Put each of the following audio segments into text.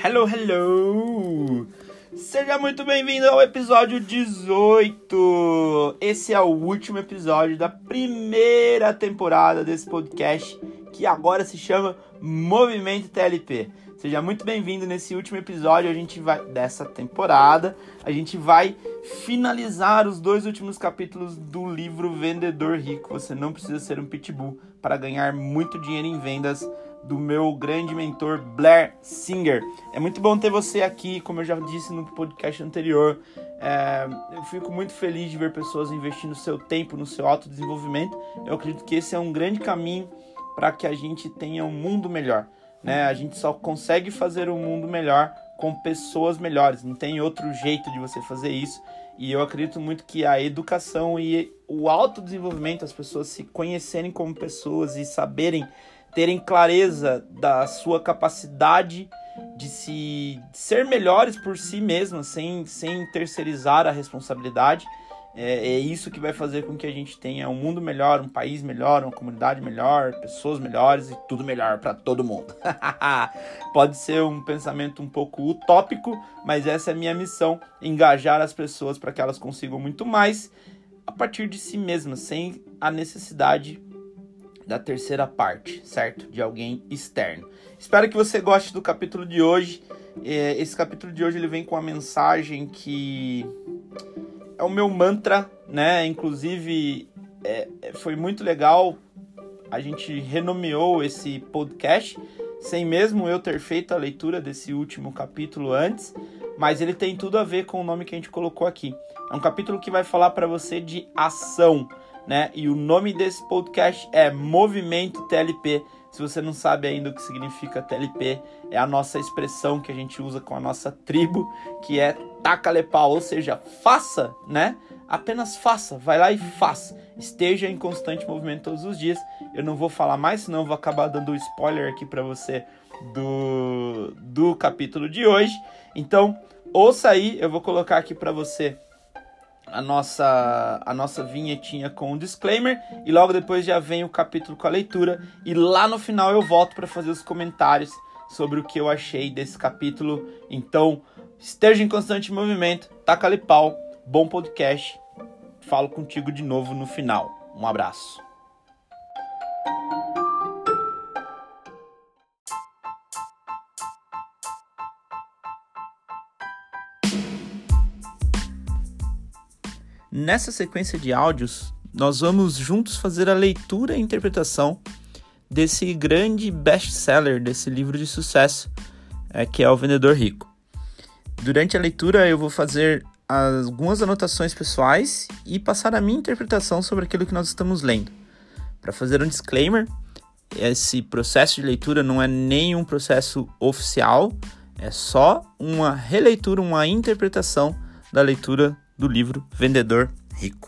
Hello, hello! Seja muito bem-vindo ao episódio 18! Esse é o último episódio da primeira temporada desse podcast, que agora se chama Movimento TLP. Seja muito bem-vindo nesse último episódio dessa temporada. A gente vai finalizar os 2 últimos capítulos do livro Vendedor Rico. Você não precisa ser um pitbull para ganhar muito dinheiro em vendas, do meu grande mentor Blair Singer. É muito bom ter você aqui, como eu já disse no podcast anterior. Eu fico muito feliz de ver pessoas investindo seu tempo no seu autodesenvolvimento. Eu acredito que esse é um grande caminho para que a gente tenha um mundo melhor, né? A gente só consegue fazer um mundo melhor com pessoas melhores. Não tem outro jeito de você fazer isso. E eu acredito muito que a educação e o autodesenvolvimento, as pessoas se conhecerem como pessoas e terem clareza da sua capacidade de ser melhores por si mesmas, sem terceirizar a responsabilidade. É isso que vai fazer com que a gente tenha um mundo melhor, um país melhor, uma comunidade melhor, pessoas melhores e tudo melhor para todo mundo. Pode ser um pensamento um pouco utópico, mas essa é a minha missão: engajar as pessoas para que elas consigam muito mais a partir de si mesmas, sem a necessidade da terceira parte, certo? De alguém externo. Espero que você goste do capítulo de hoje. Esse capítulo de hoje ele vem com uma mensagem que é o meu mantra, né? Inclusive, foi muito legal. A gente renomeou esse podcast sem mesmo eu ter feito a leitura desse último capítulo antes, mas ele tem tudo a ver com o nome que a gente colocou aqui. É um capítulo que vai falar para você de ação, né? E o nome desse podcast é Movimento TLP. Se você não sabe ainda o que significa TLP, é a nossa expressão que a gente usa com a nossa tribo, que é taca-le-pau, ou seja, faça, né? Apenas faça, vai lá e faça. Esteja em constante movimento todos os dias. Eu não vou falar mais, senão eu vou acabar dando um spoiler aqui para você do capítulo de hoje. Então, ouça aí, eu vou colocar aqui para você a nossa vinhetinha com o disclaimer, e logo depois já vem o capítulo com a leitura, e lá no final eu volto para fazer os comentários sobre o que eu achei desse capítulo. Então, esteja em constante movimento, taca-lhe pau, bom podcast, falo contigo de novo no final. Um abraço. Nessa sequência de áudios, nós vamos juntos fazer a leitura e interpretação desse grande best-seller, desse livro de sucesso, que é O Vendedor Rico. Durante a leitura, eu vou fazer algumas anotações pessoais e passar a minha interpretação sobre aquilo que nós estamos lendo. Para fazer um disclaimer, esse processo de leitura não é nenhum processo oficial, é só uma releitura, uma interpretação da leitura do livro Vendedor Rico.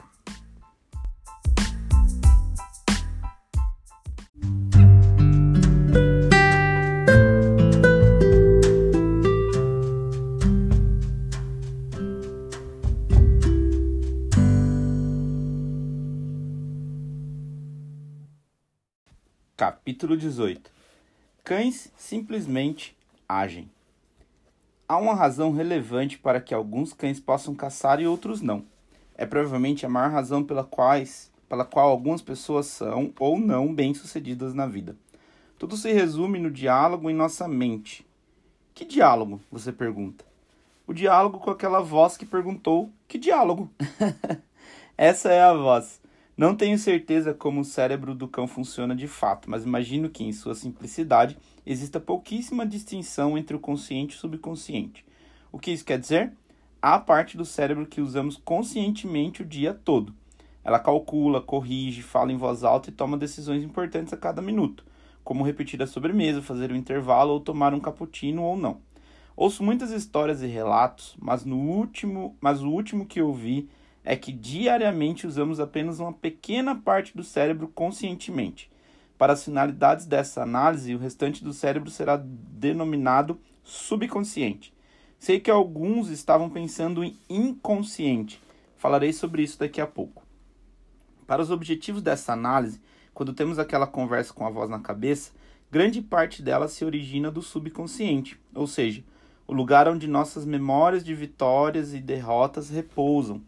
Capítulo 18. Cães simplesmente agem. Há uma razão relevante para que alguns cães possam caçar e outros não. É provavelmente a maior razão pela qual algumas pessoas são ou não bem-sucedidas na vida. Tudo se resume no diálogo em nossa mente. Que diálogo? Você pergunta. O diálogo com aquela voz que perguntou: que diálogo? Essa é a voz. Não tenho certeza como o cérebro do cão funciona de fato, mas imagino que, em sua simplicidade, exista pouquíssima distinção entre o consciente e o subconsciente. O que isso quer dizer? Há parte do cérebro que usamos conscientemente o dia todo. Ela calcula, corrige, fala em voz alta e toma decisões importantes a cada minuto, como repetir a sobremesa, fazer um intervalo ou tomar um cappuccino ou não. Ouço muitas histórias e relatos, mas o último que ouvi é que diariamente usamos apenas uma pequena parte do cérebro conscientemente. Para as finalidades dessa análise, o restante do cérebro será denominado subconsciente. Sei que alguns estavam pensando em inconsciente. Falarei sobre isso daqui a pouco. Para os objetivos dessa análise, quando temos aquela conversa com a voz na cabeça, grande parte dela se origina do subconsciente, ou seja, o lugar onde nossas memórias de vitórias e derrotas repousam,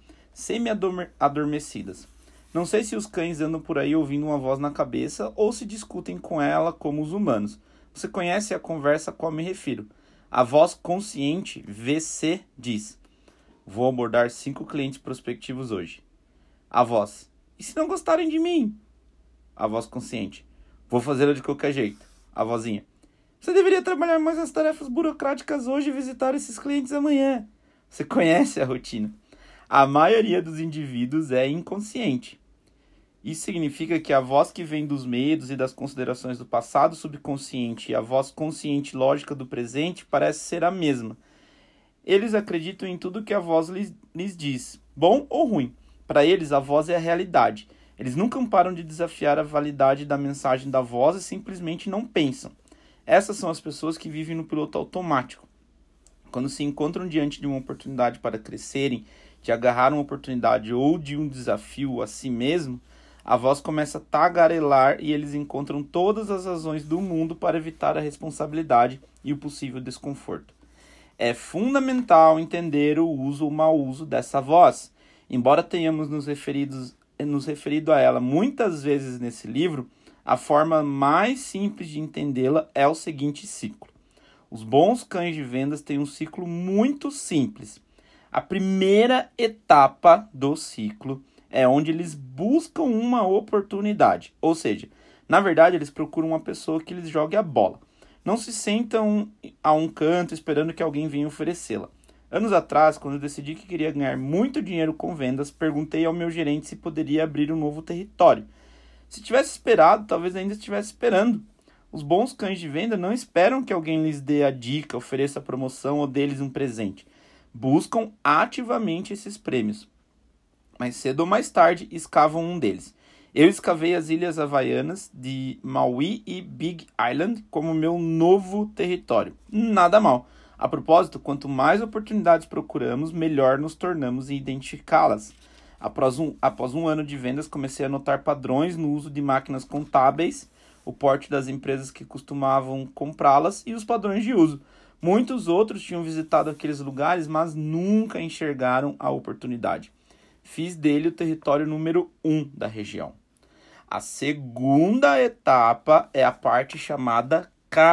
semi-adormecidas. Não sei se os cães andam por aí ouvindo uma voz na cabeça ou se discutem com ela como os humanos. Você conhece a conversa a qual me refiro. A voz consciente, VC, diz: vou abordar 5 clientes prospectivos hoje. A voz: e se não gostarem de mim? A voz consciente: vou fazê-lo de qualquer jeito. A vozinha: você deveria trabalhar mais nas tarefas burocráticas hoje e visitar esses clientes amanhã. Você conhece a rotina. A maioria dos indivíduos é inconsciente. Isso significa que a voz que vem dos medos e das considerações do passado subconsciente e a voz consciente lógica do presente parece ser a mesma. Eles acreditam em tudo que a voz lhes diz, bom ou ruim. Para eles, a voz é a realidade. Eles nunca param de desafiar a validade da mensagem da voz e simplesmente não pensam. Essas são as pessoas que vivem no piloto automático. Quando se encontram diante de uma oportunidade para crescerem, de agarrar uma oportunidade ou de um desafio a si mesmo, a voz começa a tagarelar e eles encontram todas as razões do mundo para evitar a responsabilidade e o possível desconforto. É fundamental entender o uso ou mau uso dessa voz. Embora tenhamos nos referido a ela muitas vezes nesse livro, a forma mais simples de entendê-la é o seguinte ciclo. Os bons cães de vendas têm um ciclo muito simples. A primeira etapa do ciclo é onde eles buscam uma oportunidade. Ou seja, na verdade, eles procuram uma pessoa que lhes jogue a bola. Não se sentam a um canto esperando que alguém venha oferecê-la. Anos atrás, quando eu decidi que queria ganhar muito dinheiro com vendas, perguntei ao meu gerente se poderia abrir um novo território. Se tivesse esperado, talvez ainda estivesse esperando. Os bons cães de venda não esperam que alguém lhes dê a dica, ofereça a promoção ou dê-lhes um presente. Buscam ativamente esses prêmios. Mais cedo ou mais tarde, escavam um deles. Eu escavei as Ilhas Havaianas de Maui e Big Island como meu novo território. Nada mal. A propósito, quanto mais oportunidades procuramos, melhor nos tornamos em identificá-las. Após um ano de vendas, comecei a notar padrões no uso de máquinas contábeis, o porte das empresas que costumavam comprá-las e os padrões de uso. Muitos outros tinham visitado aqueles lugares, mas nunca enxergaram a oportunidade. Fiz dele o território número 1 da região. A segunda etapa é a parte chamada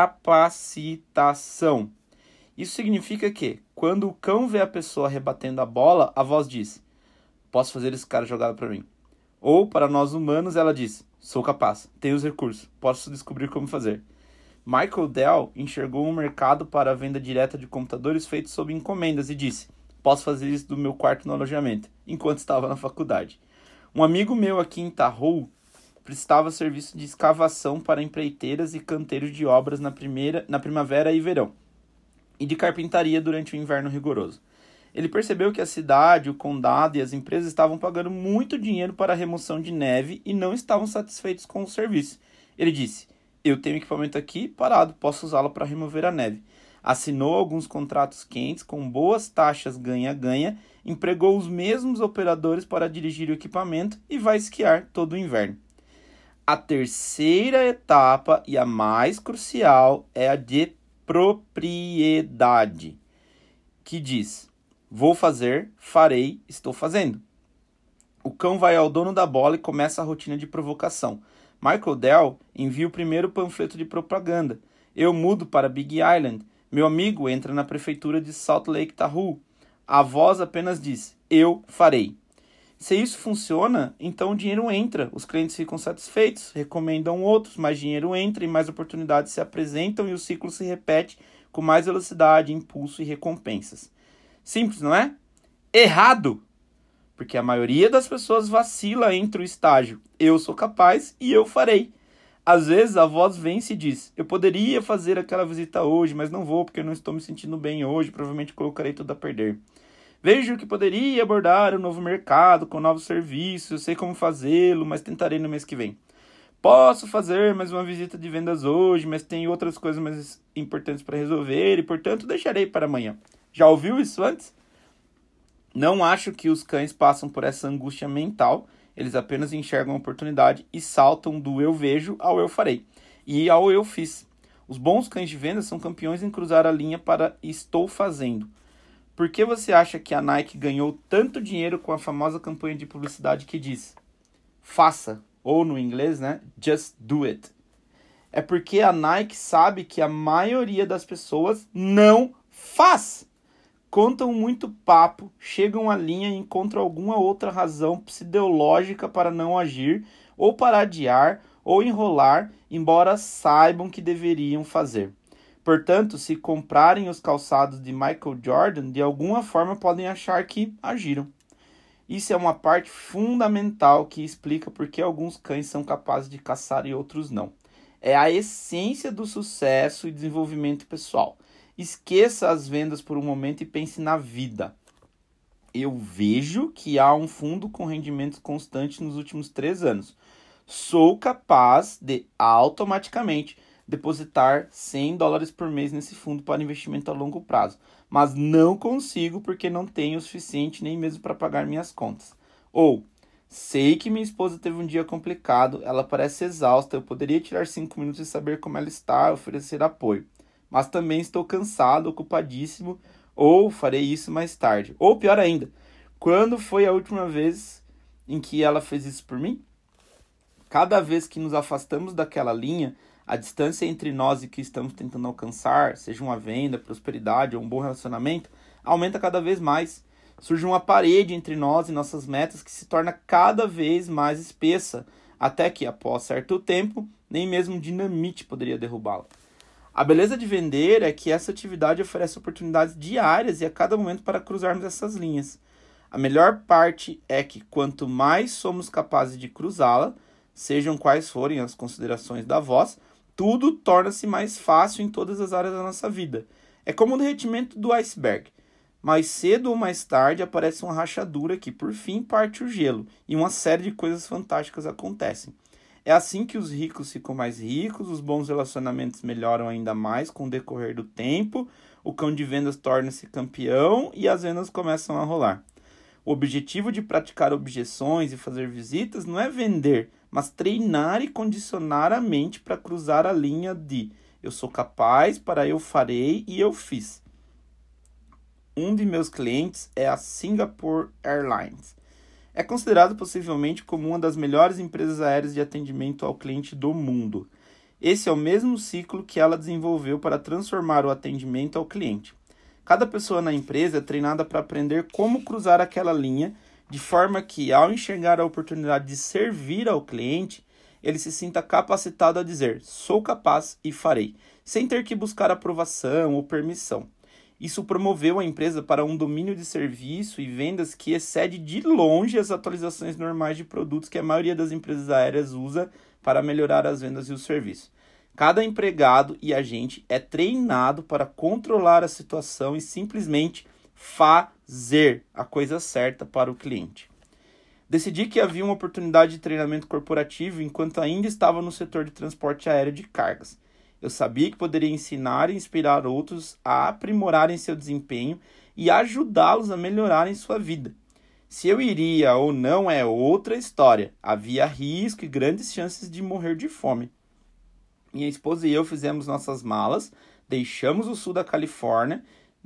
capacitação. Isso significa que, quando o cão vê a pessoa rebatendo a bola, a voz diz: posso fazer esse cara jogar para mim. Ou, para nós humanos, ela diz: sou capaz, tenho os recursos, posso descobrir como fazer. Michael Dell enxergou um mercado para a venda direta de computadores feitos sob encomendas e disse: posso fazer isso do meu quarto no alojamento, enquanto estava na faculdade. Um amigo meu aqui em Tahoe prestava serviço de escavação para empreiteiras e canteiros de obras na primavera e verão, e de carpintaria durante o inverno rigoroso. Ele percebeu que a cidade, o condado e as empresas estavam pagando muito dinheiro para a remoção de neve e não estavam satisfeitos com o serviço. Ele disse: eu tenho equipamento aqui parado, posso usá-lo para remover a neve. Assinou alguns contratos quentes com boas taxas ganha-ganha, empregou os mesmos operadores para dirigir o equipamento e vai esquiar todo o inverno. A terceira etapa e a mais crucial é a de propriedade, que diz: vou fazer, farei, estou fazendo. O cão vai ao dono da bola e começa a rotina de provocação. Michael Dell envia o primeiro panfleto de propaganda. Eu mudo para Big Island. Meu amigo entra na prefeitura de Salt Lake Tahoe. A voz apenas diz: eu farei. Se isso funciona, então o dinheiro entra, os clientes ficam satisfeitos, recomendam outros, mais dinheiro entra e mais oportunidades se apresentam e o ciclo se repete com mais velocidade, impulso e recompensas. Simples, não é? Errado! Porque a maioria das pessoas vacila entre o estágio eu sou capaz e eu farei. Às vezes a voz vence e diz: eu poderia fazer aquela visita hoje, mas não vou porque eu não estou me sentindo bem hoje, provavelmente colocarei tudo a perder. Vejo que poderia abordar um novo mercado com novos serviços, eu sei como fazê-lo, mas tentarei no mês que vem. Posso fazer mais uma visita de vendas hoje, mas tenho outras coisas mais importantes para resolver e, portanto, deixarei para amanhã. Já ouviu isso antes? Não acho que os cães passam por essa angústia mental, eles apenas enxergam a oportunidade e saltam do eu vejo ao eu farei e ao eu fiz. Os bons cães de venda são campeões em cruzar a linha para estou fazendo. Por que você acha que a Nike ganhou tanto dinheiro com a famosa campanha de publicidade que diz faça, ou no inglês, né, just do it? É porque a Nike sabe que a maioria das pessoas não faz. Contam muito papo, chegam à linha e encontram alguma outra razão psicológica para não agir, ou para adiar, ou enrolar, embora saibam que deveriam fazer. Portanto, se comprarem os calçados de Michael Jordan, de alguma forma podem achar que agiram. Isso é uma parte fundamental que explica por que alguns cães são capazes de caçar e outros não. É a essência do sucesso e desenvolvimento pessoal. Esqueça as vendas por um momento e pense na vida. Eu vejo que há um fundo com rendimentos constantes nos últimos 3 anos. Sou capaz de automaticamente depositar $100 por mês nesse fundo para investimento a longo prazo. Mas não consigo porque não tenho o suficiente nem mesmo para pagar minhas contas. Ou, sei que minha esposa teve um dia complicado, ela parece exausta, eu poderia tirar 5 minutos e saber como ela está, oferecer apoio. Mas também estou cansado, ocupadíssimo, ou farei isso mais tarde. Ou pior ainda, quando foi a última vez em que ela fez isso por mim? Cada vez que nos afastamos daquela linha, a distância entre nós e o que estamos tentando alcançar, seja uma venda, prosperidade ou um bom relacionamento, aumenta cada vez mais. Surge uma parede entre nós e nossas metas que se torna cada vez mais espessa, até que, após certo tempo, nem mesmo dinamite poderia derrubá-la. A beleza de vender é que essa atividade oferece oportunidades diárias e a cada momento para cruzarmos essas linhas. A melhor parte é que quanto mais somos capazes de cruzá-la, sejam quais forem as considerações da voz, tudo torna-se mais fácil em todas as áreas da nossa vida. É como o derretimento do iceberg. Mais cedo ou mais tarde aparece uma rachadura que por fim parte o gelo e uma série de coisas fantásticas acontecem. É assim que os ricos ficam mais ricos, os bons relacionamentos melhoram ainda mais com o decorrer do tempo, o cão de vendas torna-se campeão e as vendas começam a rolar. O objetivo de praticar objeções e fazer visitas não é vender, mas treinar e condicionar a mente para cruzar a linha de eu sou capaz, para eu farei e eu fiz. Um de meus clientes é a Singapore Airlines. É considerado possivelmente como uma das melhores empresas aéreas de atendimento ao cliente do mundo. Esse é o mesmo ciclo que ela desenvolveu para transformar o atendimento ao cliente. Cada pessoa na empresa é treinada para aprender como cruzar aquela linha, de forma que, ao enxergar a oportunidade de servir ao cliente, ele se sinta capacitado a dizer, sou capaz e farei, sem ter que buscar aprovação ou permissão. Isso promoveu a empresa para um domínio de serviço e vendas que excede de longe as atualizações normais de produtos que a maioria das empresas aéreas usa para melhorar as vendas e o serviço. Cada empregado e agente é treinado para controlar a situação e simplesmente fazer a coisa certa para o cliente. Decidi que havia uma oportunidade de treinamento corporativo enquanto ainda estava no setor de transporte aéreo de cargas. Eu sabia que poderia ensinar e inspirar outros a aprimorarem seu desempenho e ajudá-los a melhorarem sua vida. Se eu iria ou não é outra história. Havia risco e grandes chances de morrer de fome. Minha esposa e eu fizemos nossas malas, deixamos o sul da Califórnia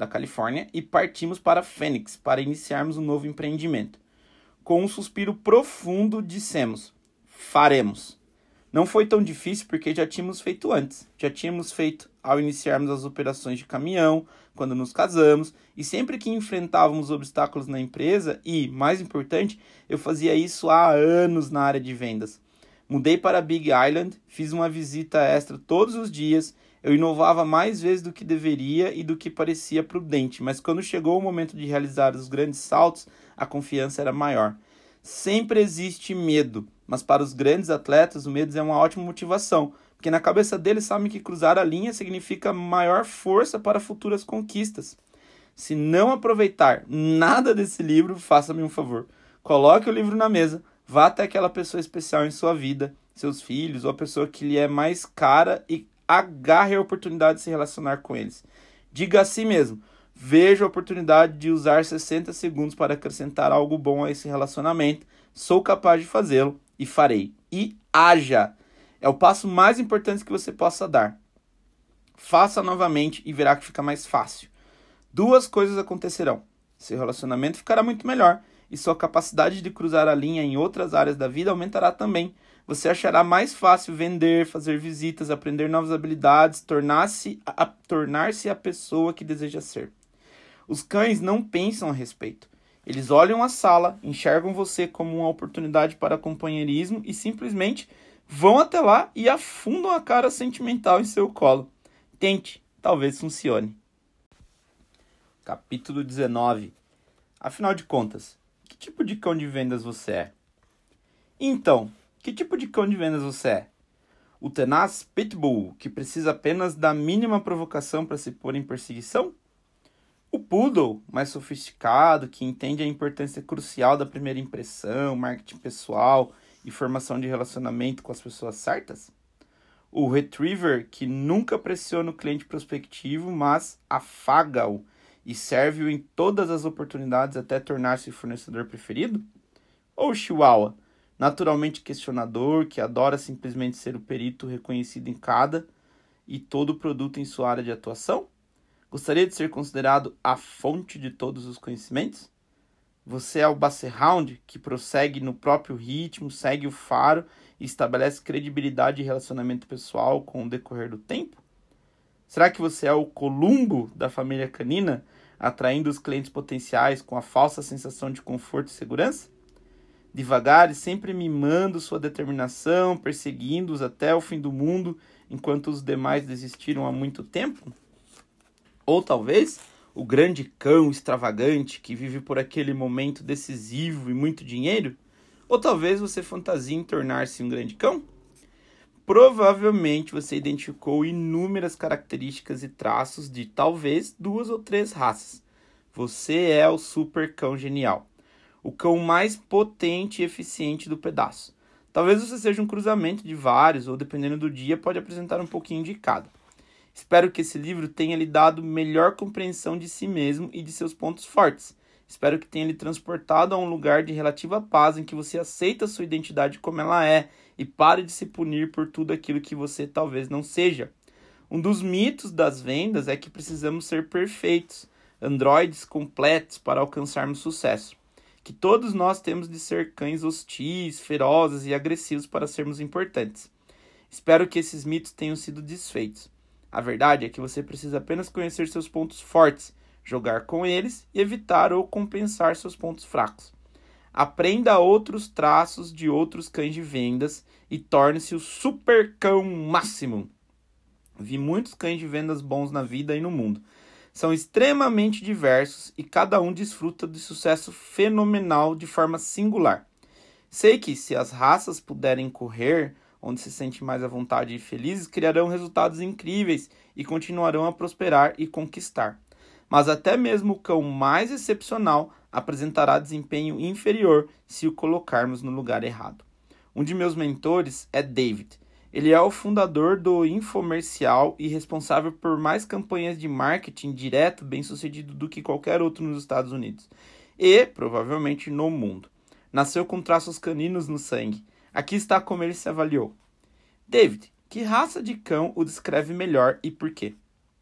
e partimos para Phoenix para iniciarmos um novo empreendimento. Com um suspiro profundo, dissemos, faremos. Não foi tão difícil porque já tínhamos feito antes. Já tínhamos feito ao iniciarmos as operações de caminhão, quando nos casamos, e sempre que enfrentávamos obstáculos na empresa e, mais importante, eu fazia isso há anos na área de vendas. Mudei para Big Island, fiz uma visita extra todos os dias, eu inovava mais vezes do que deveria e do que parecia prudente, mas quando chegou o momento de realizar os grandes saltos, a confiança era maior. Sempre existe medo, mas para os grandes atletas o medo é uma ótima motivação, porque na cabeça deles sabem que cruzar a linha significa maior força para futuras conquistas. Se não aproveitar nada desse livro, faça-me um favor. Coloque o livro na mesa, vá até aquela pessoa especial em sua vida, seus filhos ou a pessoa que lhe é mais cara e agarre a oportunidade de se relacionar com eles. Diga a si mesmo, vejo a oportunidade de usar 60 segundos para acrescentar algo bom a esse relacionamento, sou capaz de fazê-lo e farei. E haja! É o passo mais importante que você possa dar. Faça novamente e verá que fica mais fácil. 2 coisas acontecerão. Seu relacionamento ficará muito melhor e sua capacidade de cruzar a linha em outras áreas da vida aumentará também. Você achará mais fácil vender, fazer visitas, aprender novas habilidades, tornar-se a pessoa que deseja ser. Os cães não pensam a respeito. Eles olham a sala, enxergam você como uma oportunidade para companheirismo e simplesmente vão até lá e afundam a cara sentimental em seu colo. Tente, talvez funcione. Capítulo 19. Afinal de contas, que tipo de cão de vendas você é? Então, que tipo de cão de vendas você é? O tenaz pitbull, que precisa apenas da mínima provocação para se pôr em perseguição? O poodle, mais sofisticado, que entende a importância crucial da primeira impressão, marketing pessoal e formação de relacionamento com as pessoas certas? O retriever, que nunca pressiona o cliente prospectivo, mas afaga-o e serve-o em todas as oportunidades até tornar-se o fornecedor preferido? Ou o chihuahua, naturalmente questionador, que adora simplesmente ser o perito reconhecido em cada e todo produto em sua área de atuação? Gostaria de ser considerado a fonte de todos os conhecimentos? Você é o Basset Hound, que prossegue no próprio ritmo, segue o faro e estabelece credibilidade e relacionamento pessoal com o decorrer do tempo? Será que você é o Columbo da família canina, atraindo os clientes potenciais com a falsa sensação de conforto e segurança? Devagar e sempre mimando sua determinação, perseguindo-os até o fim do mundo, enquanto os demais desistiram há muito tempo? Ou talvez o grande cão extravagante que vive por aquele momento decisivo e muito dinheiro? Ou talvez você fantasie em tornar-se um grande cão? Provavelmente você identificou inúmeras características e traços de talvez 2 ou 3 raças. Você é o super cão genial. O cão mais potente e eficiente do pedaço. Talvez você seja um cruzamento de vários, ou dependendo do dia, pode apresentar um pouquinho de cada. Espero que esse livro tenha lhe dado melhor compreensão de si mesmo e de seus pontos fortes. Espero que tenha lhe transportado a um lugar de relativa paz em que você aceita sua identidade como ela é e pare de se punir por tudo aquilo que você talvez não seja. Um dos mitos das vendas é que precisamos ser perfeitos, androides completos para alcançarmos sucesso. Que todos nós temos de ser cães hostis, ferozes e agressivos para sermos importantes. Espero que esses mitos tenham sido desfeitos. A verdade é que você precisa apenas conhecer seus pontos fortes, jogar com eles e evitar ou compensar seus pontos fracos. Aprenda outros traços de outros cães de vendas e torne-se o super cão máximo. Vi muitos cães de vendas bons na vida e no mundo. São extremamente diversos e cada um desfruta de sucesso fenomenal de forma singular. Sei que se as raças puderem correr onde se sentem mais à vontade e felizes, criarão resultados incríveis e continuarão a prosperar e conquistar. Mas até mesmo o cão mais excepcional apresentará desempenho inferior se o colocarmos no lugar errado. Um de meus mentores é David. Ele é o fundador do Infomercial e responsável por mais campanhas de marketing direto bem-sucedido do que qualquer outro nos Estados Unidos e, provavelmente, no mundo. Nasceu com traços caninos no sangue. Aqui está como ele se avaliou. David, que raça de cão o descreve melhor e por quê?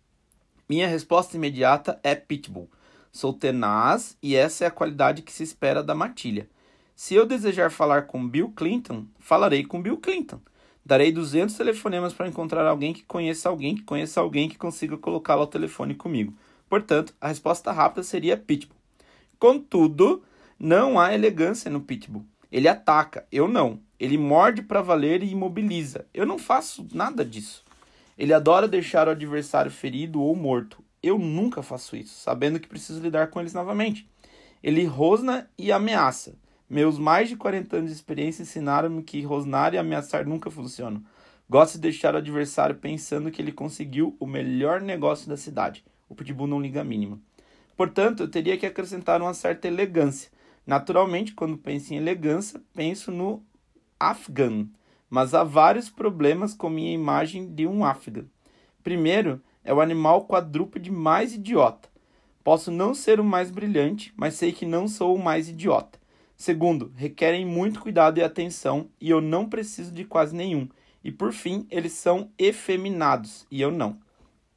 Minha resposta imediata é Pitbull. Sou tenaz e essa é a qualidade que se espera da matilha. Se eu desejar falar com Bill Clinton, falarei com Bill Clinton. Darei 200 telefonemas para encontrar alguém que conheça alguém que consiga colocá-lo ao telefone comigo. Portanto, a resposta rápida seria Pitbull. Contudo, não há elegância no Pitbull. Ele ataca, eu não. Ele morde para valer e imobiliza. Eu não faço nada disso. Ele adora deixar o adversário ferido ou morto. Eu nunca faço isso, sabendo que preciso lidar com eles novamente. Ele rosna e ameaça. Meus mais de 40 anos de experiência ensinaram-me que rosnar e ameaçar nunca funcionam. Gosto de deixar o adversário pensando que ele conseguiu o melhor negócio da cidade. O Pitbull não liga a mínima. Portanto, eu teria que acrescentar uma certa elegância. Naturalmente, quando penso em elegância, penso no Afghan. Mas há vários problemas com minha imagem de um Afghan. Primeiro, é o animal quadrúpede mais idiota. Posso não ser o mais brilhante, mas sei que não sou o mais idiota. Segundo, requerem muito cuidado e atenção, e eu não preciso de quase nenhum. E por fim, eles são efeminados, e eu não.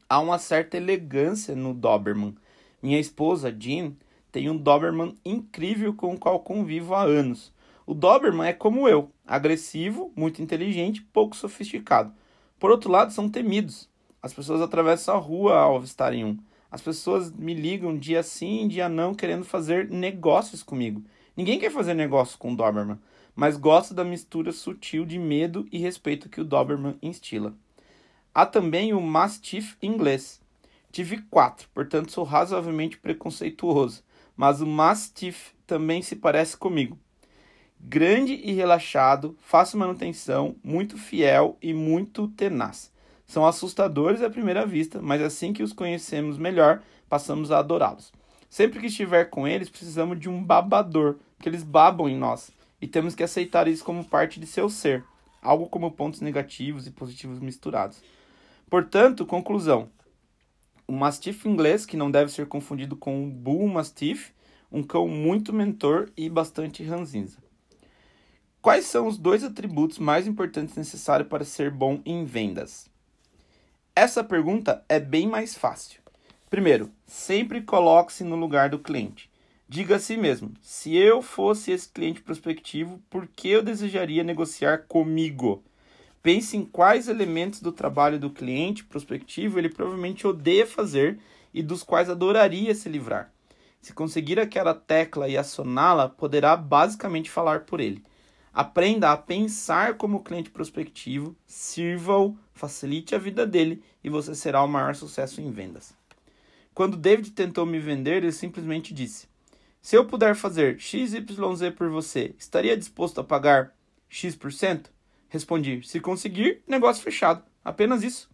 Há uma certa elegância no Doberman. Minha esposa, Jean, tem um Doberman incrível com o qual convivo há anos. O Doberman é como eu, agressivo, muito inteligente, pouco sofisticado. Por outro lado, são temidos. As pessoas atravessam a rua ao avistarem um. As pessoas me ligam dia sim, dia não, querendo fazer negócios comigo. Ninguém quer fazer negócio com o Doberman, mas gosta da mistura sutil de medo e respeito que o Doberman instila. Há também o Mastiff inglês. Tive 4, portanto sou razoavelmente preconceituoso, mas o Mastiff também se parece comigo. Grande e relaxado, fácil manutenção, muito fiel e muito tenaz. São assustadores à primeira vista, mas assim que os conhecemos melhor, passamos a adorá-los. Sempre que estiver com eles, precisamos de um babador, porque eles babam em nós, e temos que aceitar isso como parte de seu ser, algo como pontos negativos e positivos misturados. Portanto, conclusão. O Mastiff inglês, que não deve ser confundido com o Bull Mastiff, um cão muito mentor e bastante ranzinza. Quais são os 2 atributos mais importantes necessários para ser bom em vendas? Essa pergunta é bem mais fácil. Primeiro, sempre coloque-se no lugar do cliente. Diga a si mesmo, se eu fosse esse cliente prospectivo, por que eu desejaria negociar comigo? Pense em quais elementos do trabalho do cliente prospectivo ele provavelmente odeia fazer e dos quais adoraria se livrar. Se conseguir aquela tecla e acioná-la, poderá basicamente falar por ele. Aprenda a pensar como cliente prospectivo, sirva-o, facilite a vida dele e você será o maior sucesso em vendas. Quando David tentou me vender, ele simplesmente disse: se eu puder fazer XYZ por você, estaria disposto a pagar X%? Respondi: se conseguir, negócio fechado. Apenas isso.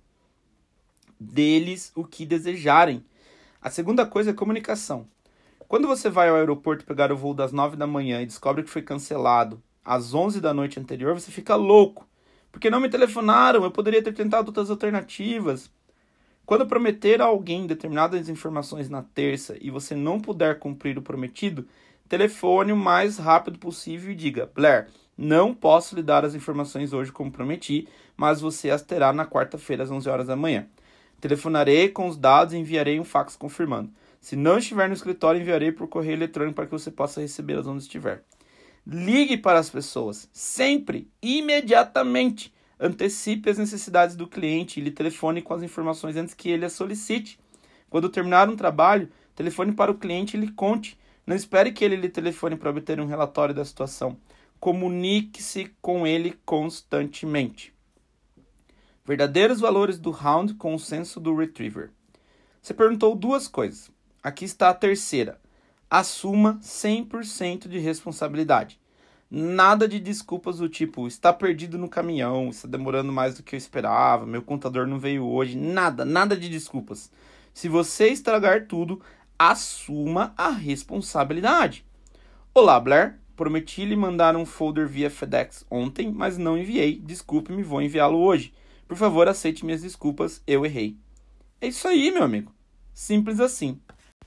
Deles o que desejarem. A segunda coisa é comunicação. Quando você vai ao aeroporto pegar o voo das 9 da manhã e descobre que foi cancelado às 11 da noite anterior, você fica louco. Porque não me telefonaram, eu poderia ter tentado outras alternativas. Quando prometer a alguém determinadas informações na terça e você não puder cumprir o prometido, telefone o mais rápido possível e diga: Blair, não posso lhe dar as informações hoje como prometi, mas você as terá na quarta-feira às 11 horas da manhã. Telefonarei com os dados e enviarei um fax confirmando. Se não estiver no escritório, enviarei por correio eletrônico para que você possa recebê-las onde estiver. Ligue para as pessoas, sempre, imediatamente. Antecipe as necessidades do cliente e lhe telefone com as informações antes que ele as solicite. Quando terminar um trabalho, telefone para o cliente e lhe conte. Não espere que ele lhe telefone para obter um relatório da situação. Comunique-se com ele constantemente. Verdadeiros valores do Hound com o senso do Retriever. Você perguntou 2 coisas. Aqui está a terceira. Assuma 100% de responsabilidade. Nada de desculpas do tipo, está perdido no caminhão, está demorando mais do que eu esperava, meu contador não veio hoje, nada de desculpas. Se você estragar tudo, assuma a responsabilidade. Olá, Blair, prometi lhe mandar um folder via FedEx ontem, mas não enviei, desculpe-me, vou enviá-lo hoje. Por favor, aceite minhas desculpas, eu errei. É isso aí, meu amigo. Simples assim.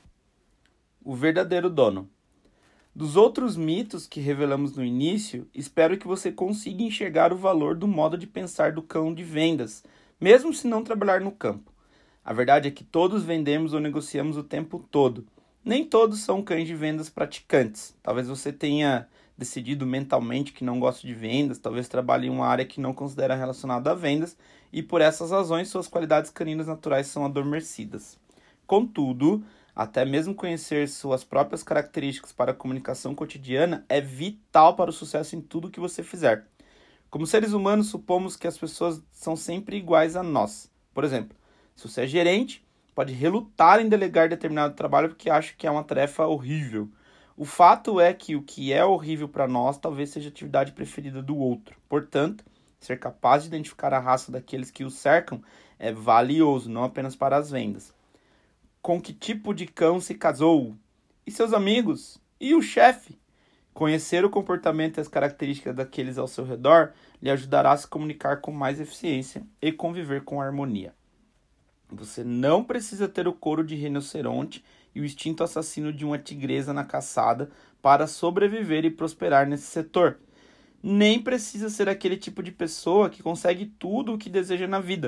O verdadeiro dono. Dos outros mitos que revelamos no início, espero que você consiga enxergar o valor do modo de pensar do cão de vendas, mesmo se não trabalhar no campo. A verdade é que todos vendemos ou negociamos o tempo todo. Nem todos são cães de vendas praticantes. Talvez você tenha decidido mentalmente que não gosta de vendas, talvez trabalhe em uma área que não considera relacionada a vendas, e por essas razões suas qualidades caninas naturais são adormecidas. Contudo, até mesmo conhecer suas próprias características para a comunicação cotidiana é vital para o sucesso em tudo que você fizer. Como seres humanos, supomos que as pessoas são sempre iguais a nós. Por exemplo, se você é gerente, pode relutar em delegar determinado trabalho porque acha que é uma tarefa horrível. O fato é que o que é horrível para nós talvez seja a atividade preferida do outro. Portanto, ser capaz de identificar a raça daqueles que o cercam é valioso, não apenas para as vendas. Com que tipo de cão se casou? E seus amigos? E o chefe? Conhecer o comportamento e as características daqueles ao seu redor lhe ajudará a se comunicar com mais eficiência e conviver com harmonia. Você não precisa ter o couro de rinoceronte e o instinto assassino de uma tigresa na caçada para sobreviver e prosperar nesse setor. Nem precisa ser aquele tipo de pessoa que consegue tudo o que deseja na vida.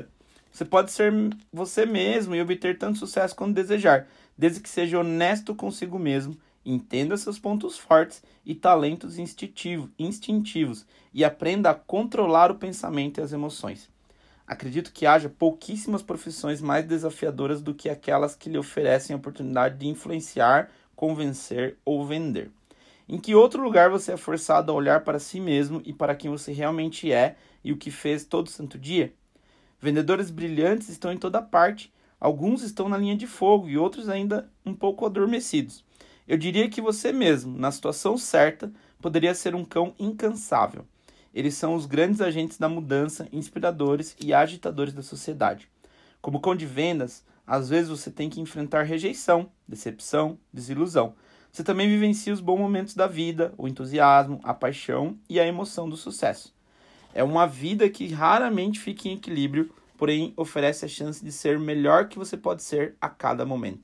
Você pode ser você mesmo e obter tanto sucesso quanto desejar, desde que seja honesto consigo mesmo, entenda seus pontos fortes e talentos instintivos e aprenda a controlar o pensamento e as emoções. Acredito que haja pouquíssimas profissões mais desafiadoras do que aquelas que lhe oferecem a oportunidade de influenciar, convencer ou vender. Em que outro lugar você é forçado a olhar para si mesmo e para quem você realmente é e o que fez todo santo dia? Vendedores brilhantes estão em toda parte. Alguns estão na linha de fogo e outros ainda um pouco adormecidos. Eu diria que você mesmo, na situação certa, poderia ser um cão incansável. Eles são os grandes agentes da mudança, inspiradores e agitadores da sociedade. Como cão de vendas, às vezes você tem que enfrentar rejeição, decepção, desilusão. Você também vivencia os bons momentos da vida, o entusiasmo, a paixão e a emoção do sucesso. É uma vida que raramente fica em equilíbrio, porém oferece a chance de ser o melhor que você pode ser a cada momento.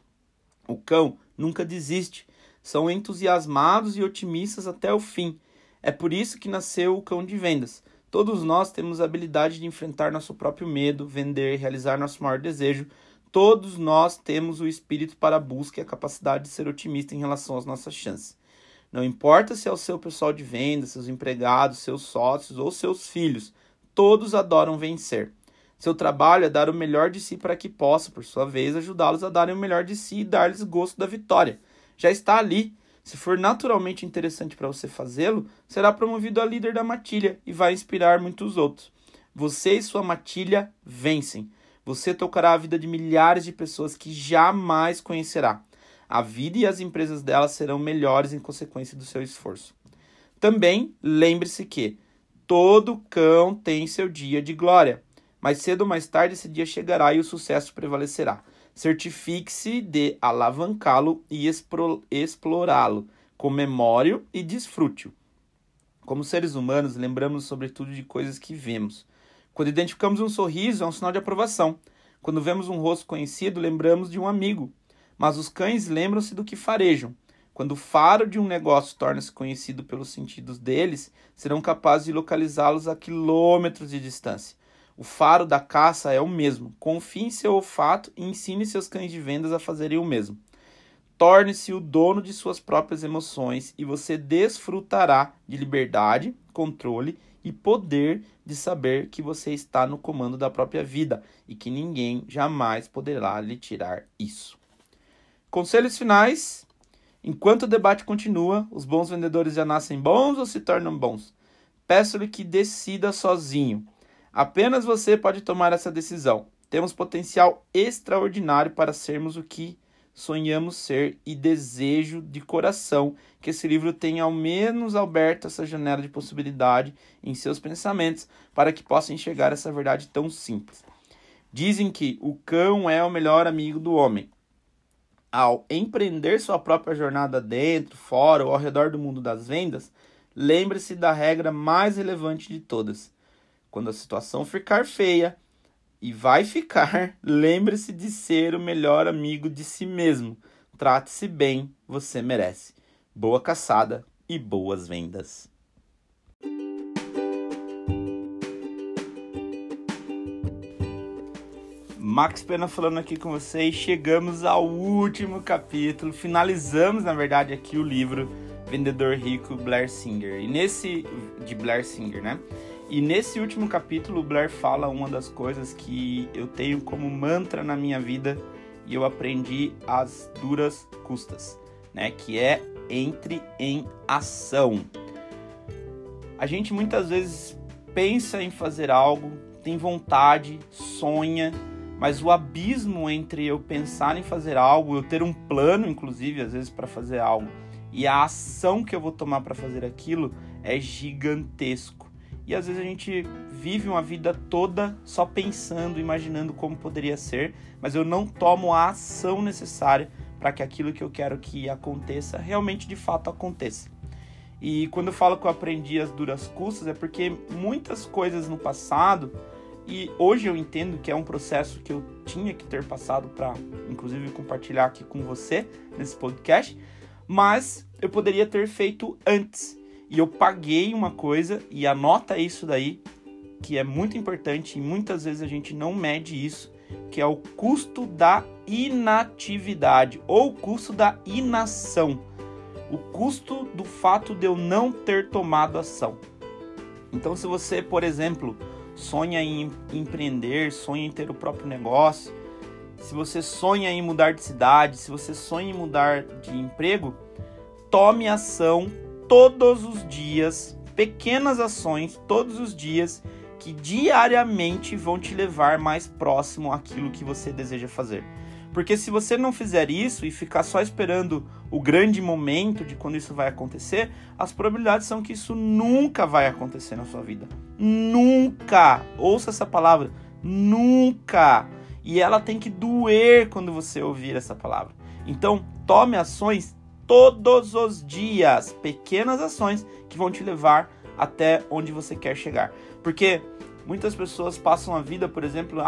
O cão nunca desiste, são entusiasmados e otimistas até o fim. É por isso que nasceu o cão de vendas. Todos nós temos a habilidade de enfrentar nosso próprio medo, vender e realizar nosso maior desejo. Todos nós temos o espírito para a busca e a capacidade de ser otimista em relação às nossas chances. Não importa se é o seu pessoal de vendas, seus empregados, seus sócios ou seus filhos, todos adoram vencer. Seu trabalho é dar o melhor de si para que possa, por sua vez, ajudá-los a darem o melhor de si e dar-lhes gosto da vitória. Já está ali. Se for naturalmente interessante para você fazê-lo, será promovido a líder da matilha e vai inspirar muitos outros. Você e sua matilha vencem. Você tocará a vida de milhares de pessoas que jamais conhecerá. A vida e as empresas delas serão melhores em consequência do seu esforço. Também lembre-se que todo cão tem seu dia de glória. Mais cedo ou mais tarde esse dia chegará e o sucesso prevalecerá. Certifique-se de alavancá-lo e explorá-lo. Comemore-o e desfrute-o. Como seres humanos, lembramos sobretudo de coisas que vemos. Quando identificamos um sorriso, é um sinal de aprovação. Quando vemos um rosto conhecido, lembramos de um amigo. Mas os cães lembram-se do que farejam. Quando o faro de um negócio torna-se conhecido pelos sentidos deles, serão capazes de localizá-los a quilômetros de distância. O faro da caça é o mesmo. Confie em seu olfato e ensine seus cães de vendas a fazerem o mesmo. Torne-se o dono de suas próprias emoções e você desfrutará de liberdade, controle e poder de saber que você está no comando da própria vida e que ninguém jamais poderá lhe tirar isso. Conselhos finais. Enquanto o debate continua, os bons vendedores já nascem bons ou se tornam bons? Peço-lhe que decida sozinho. Apenas você pode tomar essa decisão. Temos potencial extraordinário para sermos o que sonhamos ser e desejo de coração que esse livro tenha ao menos aberto essa janela de possibilidade em seus pensamentos para que possa enxergar essa verdade tão simples. Dizem que o cão é o melhor amigo do homem. Ao empreender sua própria jornada dentro, fora ou ao redor do mundo das vendas, lembre-se da regra mais relevante de todas. Quando a situação ficar feia, e vai ficar, lembre-se de ser o melhor amigo de si mesmo. Trate-se bem, você merece. Boa caçada e boas vendas. Max Pena falando aqui com vocês. Chegamos ao último capítulo. Finalizamos, na verdade, aqui o livro Vendedor Rico, Blair Singer. De Blair Singer, né? E nesse último capítulo, o Blair fala uma das coisas que eu tenho como mantra na minha vida e eu aprendi às duras custas, né? Que é entre em ação. A gente muitas vezes pensa em fazer algo, tem vontade, sonha, mas o abismo entre eu pensar em fazer algo, eu ter um plano, inclusive, às vezes, para fazer algo, e a ação que eu vou tomar para fazer aquilo é gigantesco. E às vezes a gente vive uma vida toda só pensando, imaginando como poderia ser, mas eu não tomo a ação necessária para que aquilo que eu quero que aconteça, realmente de fato aconteça. E quando eu falo que eu aprendi as duras custas, é porque muitas coisas no passado, e hoje eu entendo que é um processo que eu tinha que ter passado para, inclusive, compartilhar aqui com você nesse podcast, mas eu poderia ter feito antes. E eu paguei uma coisa, e anota isso daí, que é muito importante e muitas vezes a gente não mede isso, que é o custo da inatividade ou o custo da inação. O custo do fato de eu não ter tomado ação. Então, se você, por exemplo, sonha em empreender, sonha em ter o próprio negócio, se você sonha em mudar de cidade, se você sonha em mudar de emprego, tome ação todos os dias, pequenas ações todos os dias, que diariamente vão te levar mais próximo àquilo que você deseja fazer. Porque se você não fizer isso e ficar só esperando o grande momento de quando isso vai acontecer, as probabilidades são que isso nunca vai acontecer na sua vida. Nunca! Ouça essa palavra. Nunca! E ela tem que doer quando você ouvir essa palavra. Então, tome ações todos os dias. Pequenas ações que vão te levar até onde você quer chegar. Porque muitas pessoas passam a vida, por exemplo,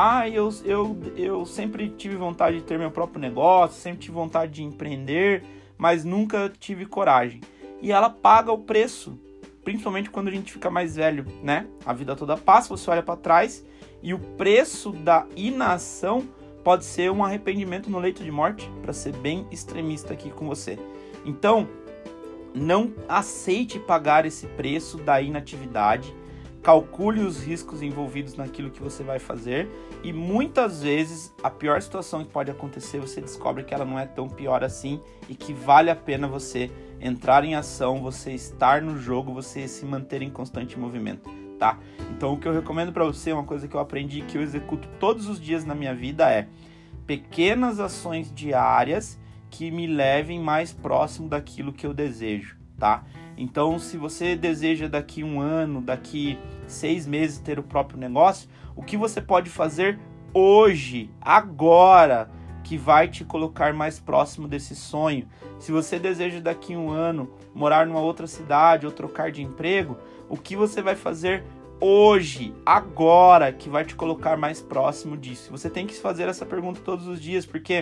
eu sempre tive vontade de ter meu próprio negócio, sempre tive vontade de empreender, mas nunca tive coragem. E ela paga o preço, principalmente quando a gente fica mais velho, né? A vida toda passa, você olha para trás e o preço da inação pode ser um arrependimento no leito de morte, para ser bem extremista aqui com você. Então, não aceite pagar esse preço da inatividade. Calcule os riscos envolvidos naquilo que você vai fazer e muitas vezes a pior situação que pode acontecer, você descobre que ela não é tão pior assim e que vale a pena você entrar em ação, você estar no jogo, você se manter em constante movimento, tá? Então o que eu recomendo para você, uma coisa que eu aprendi, que eu executo todos os dias na minha vida é pequenas ações diárias que me levem mais próximo daquilo que eu desejo, tá? Então, se você deseja daqui 1 ano, daqui 6 meses ter o próprio negócio, o que você pode fazer hoje, agora, que vai te colocar mais próximo desse sonho? Se você deseja daqui 1 ano morar numa outra cidade ou trocar de emprego, o que você vai fazer hoje, agora, que vai te colocar mais próximo disso? Você tem que fazer essa pergunta todos os dias, porque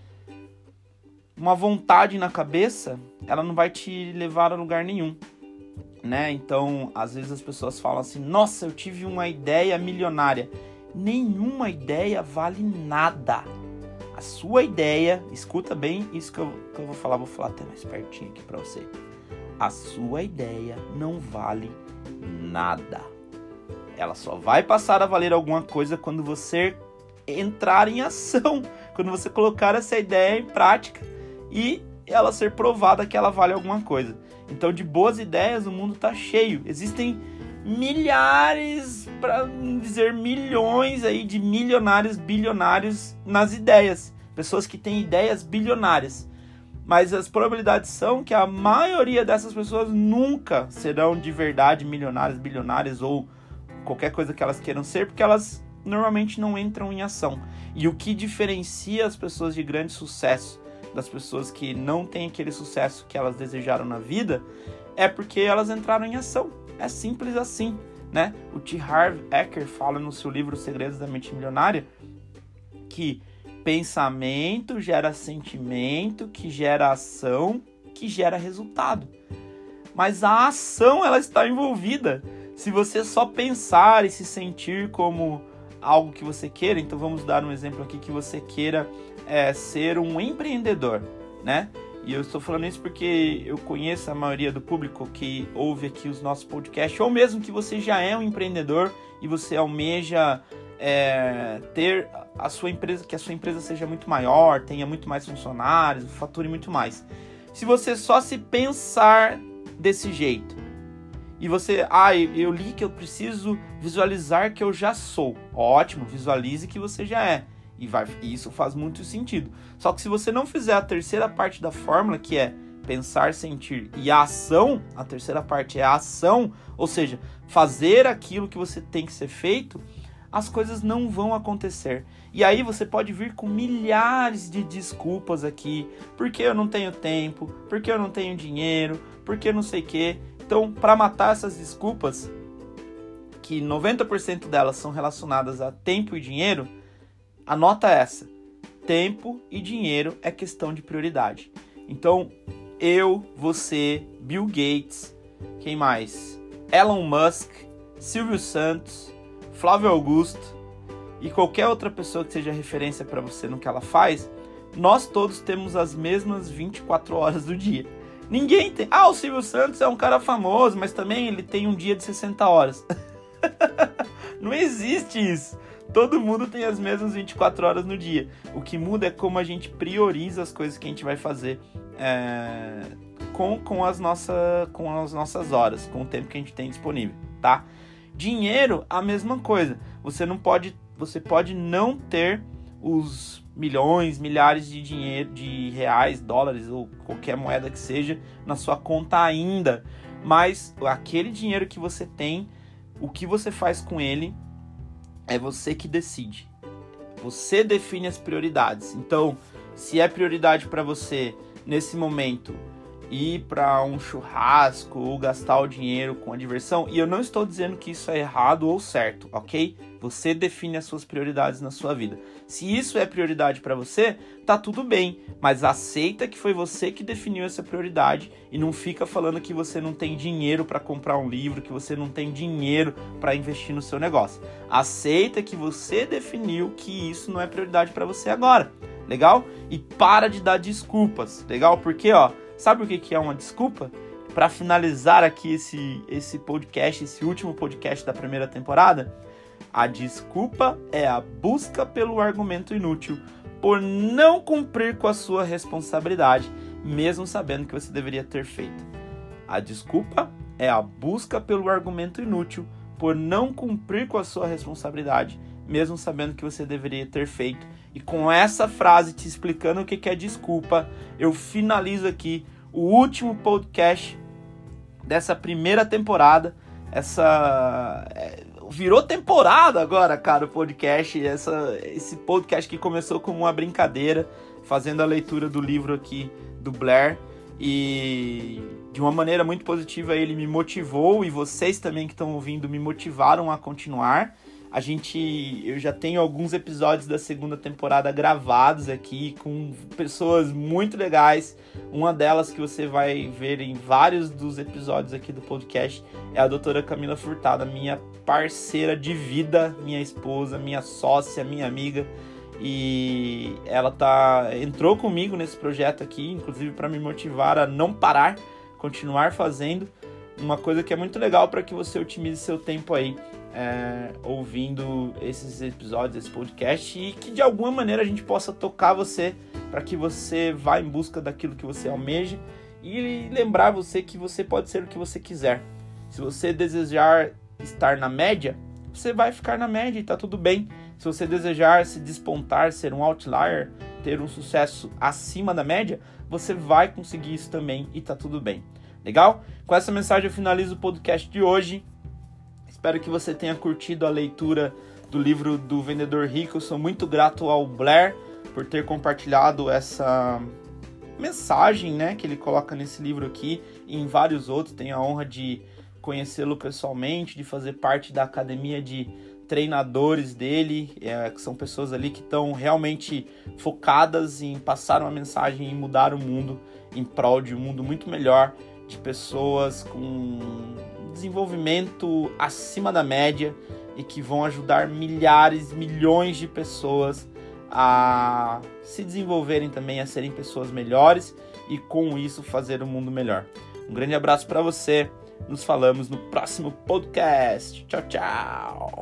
uma vontade na cabeça, ela não vai te levar a lugar nenhum, né? Então, às vezes as pessoas falam assim, nossa, eu tive uma ideia milionária. Nenhuma ideia vale nada. A sua ideia, escuta bem isso que eu vou falar até mais pertinho aqui pra você. A sua ideia não vale nada. Ela só vai passar a valer alguma coisa quando você entrar em ação, quando você colocar essa ideia em prática e ela ser provada que ela vale alguma coisa. Então, de boas ideias, o mundo está cheio. Existem milhares, para não dizer milhões aí de milionários, bilionários nas ideias. Pessoas que têm ideias bilionárias. Mas as probabilidades são que a maioria dessas pessoas nunca serão de verdade milionários, bilionários ou qualquer coisa que elas queiram ser, porque elas normalmente não entram em ação. E o que diferencia as pessoas de grande sucesso das pessoas que não têm aquele sucesso que elas desejaram na vida, é porque elas entraram em ação. É simples assim, né? O T. Harv Eker fala no seu livro Segredos da Mente Milionária que pensamento gera sentimento, que gera ação, que gera resultado. Mas a ação, ela está envolvida. Se você só pensar e se sentir como algo que você queira, então vamos dar um exemplo aqui que você queira ser um empreendedor, né? E eu estou falando isso porque eu conheço a maioria do público que ouve aqui os nossos podcasts, ou mesmo que você já é um empreendedor e você almeja ter a sua empresa, que a sua empresa seja muito maior, tenha muito mais funcionários, fature muito mais. Se você só se pensar desse jeito, e você, eu li que eu preciso visualizar que eu já sou. Ótimo, visualize que você já é. E isso faz muito sentido. Só que se você não fizer a terceira parte da fórmula, que é pensar, sentir e a ação, a terceira parte é a ação, ou seja, fazer aquilo que você tem que ser feito, as coisas não vão acontecer. E aí você pode vir com milhares de desculpas aqui, porque eu não tenho tempo, porque eu não tenho dinheiro, porque não sei o quê. Então, para matar essas desculpas, que 90% delas são relacionadas a tempo e dinheiro, anota essa: tempo e dinheiro é questão de prioridade. Então, eu, você, Bill Gates, quem mais? Elon Musk, Silvio Santos, Flávio Augusto e qualquer outra pessoa que seja referência para você no que ela faz, nós todos temos as mesmas 24 horas do dia. Ninguém tem... o Silvio Santos é um cara famoso, mas também ele tem um dia de 60 horas. Não existe isso. Todo mundo tem as mesmas 24 horas no dia. O que muda é como a gente prioriza as coisas que a gente vai fazer com as nossas horas, com o tempo que a gente tem disponível, tá? Dinheiro, a mesma coisa. Você pode não ter os milhões, milhares de dinheiro, de reais, dólares ou qualquer moeda que seja na sua conta ainda, mas aquele dinheiro que você tem, o que você faz com ele é você que decide. Você define as prioridades. Então, se é prioridade para você nesse momento ir para um churrasco ou gastar o dinheiro com a diversão, e eu não estou dizendo que isso é errado ou certo, ok? Você define as suas prioridades na sua vida. Se isso é prioridade para você, tá tudo bem, mas aceita que foi você que definiu essa prioridade e não fica falando que você não tem dinheiro para comprar um livro, que você não tem dinheiro para investir no seu negócio. Aceita que você definiu que isso não é prioridade para você agora, legal? E para de dar desculpas, legal? Porque, sabe o que é uma desculpa? Para finalizar aqui esse podcast, esse último podcast da primeira temporada, a desculpa é a busca pelo argumento inútil por não cumprir com a sua responsabilidade, mesmo sabendo que você deveria ter feito. A desculpa é a busca pelo argumento inútil por não cumprir com a sua responsabilidade, mesmo sabendo que você deveria ter feito. E com essa frase te explicando o que é desculpa, eu finalizo aqui o último podcast dessa primeira temporada. Virou temporada agora, cara, o podcast. Esse podcast que começou como uma brincadeira, fazendo a leitura do livro aqui do Blair. E de uma maneira muito positiva ele me motivou, e vocês também que estão ouvindo me motivaram a continuar. Eu já tenho alguns episódios da segunda temporada gravados aqui com pessoas muito legais. Uma delas que você vai ver em vários dos episódios aqui do podcast é a doutora Camila Furtado, minha parceira de vida, minha esposa, minha sócia, minha amiga. E ela entrou comigo nesse projeto aqui, inclusive para me motivar a não parar, continuar fazendo. Uma coisa que é muito legal para que você otimize seu tempo aí, ouvindo esses episódios, esse podcast, e que de alguma maneira a gente possa tocar você para que você vá em busca daquilo que você almeja e lembrar você que você pode ser o que você quiser. Se você desejar estar na média, você vai ficar na média e tá tudo bem. Se você desejar se despontar, ser um outlier, ter um sucesso acima da média, você vai conseguir isso também e tá tudo bem. Legal? Com essa mensagem eu finalizo o podcast de hoje. Espero que você tenha curtido a leitura do livro do Vendedor Rico. Eu sou muito grato ao Blair por ter compartilhado essa mensagem, né, que ele coloca nesse livro aqui e em vários outros. Tenho a honra de conhecê-lo pessoalmente, de fazer parte da academia de treinadores dele, que são pessoas ali que estão realmente focadas em passar uma mensagem e mudar o mundo em prol de um mundo muito melhor, de pessoas com desenvolvimento acima da média e que vão ajudar milhares, milhões de pessoas a se desenvolverem também, a serem pessoas melhores e com isso fazer o mundo melhor. Um grande abraço para você, nos falamos no próximo podcast. Tchau, tchau!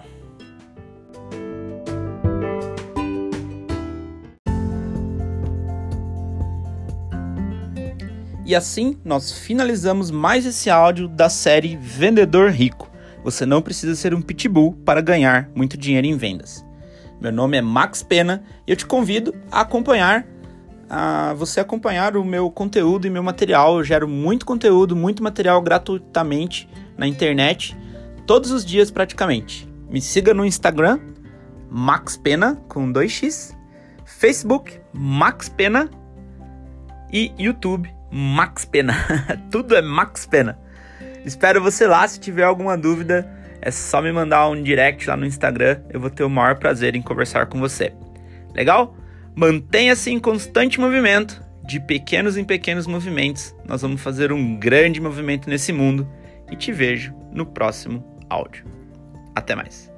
E assim, nós finalizamos mais esse áudio da série Vendedor Rico. Você não precisa ser um pitbull para ganhar muito dinheiro em vendas. Meu nome é Max Pena e eu te convido a você acompanhar o meu conteúdo e meu material. Eu gero muito conteúdo, muito material gratuitamente na internet, todos os dias praticamente. Me siga no Instagram, Max Pena, com 2x, Facebook, Max Pena e YouTube, Max Pena. Tudo é Max Pena. Espero você lá. Se tiver alguma dúvida, é só me mandar um direct lá no Instagram. Eu vou ter o maior prazer em conversar com você. Legal? Mantenha-se em constante movimento. De pequenos em pequenos movimentos, nós vamos fazer um grande movimento nesse mundo. E te vejo no próximo áudio. Até mais.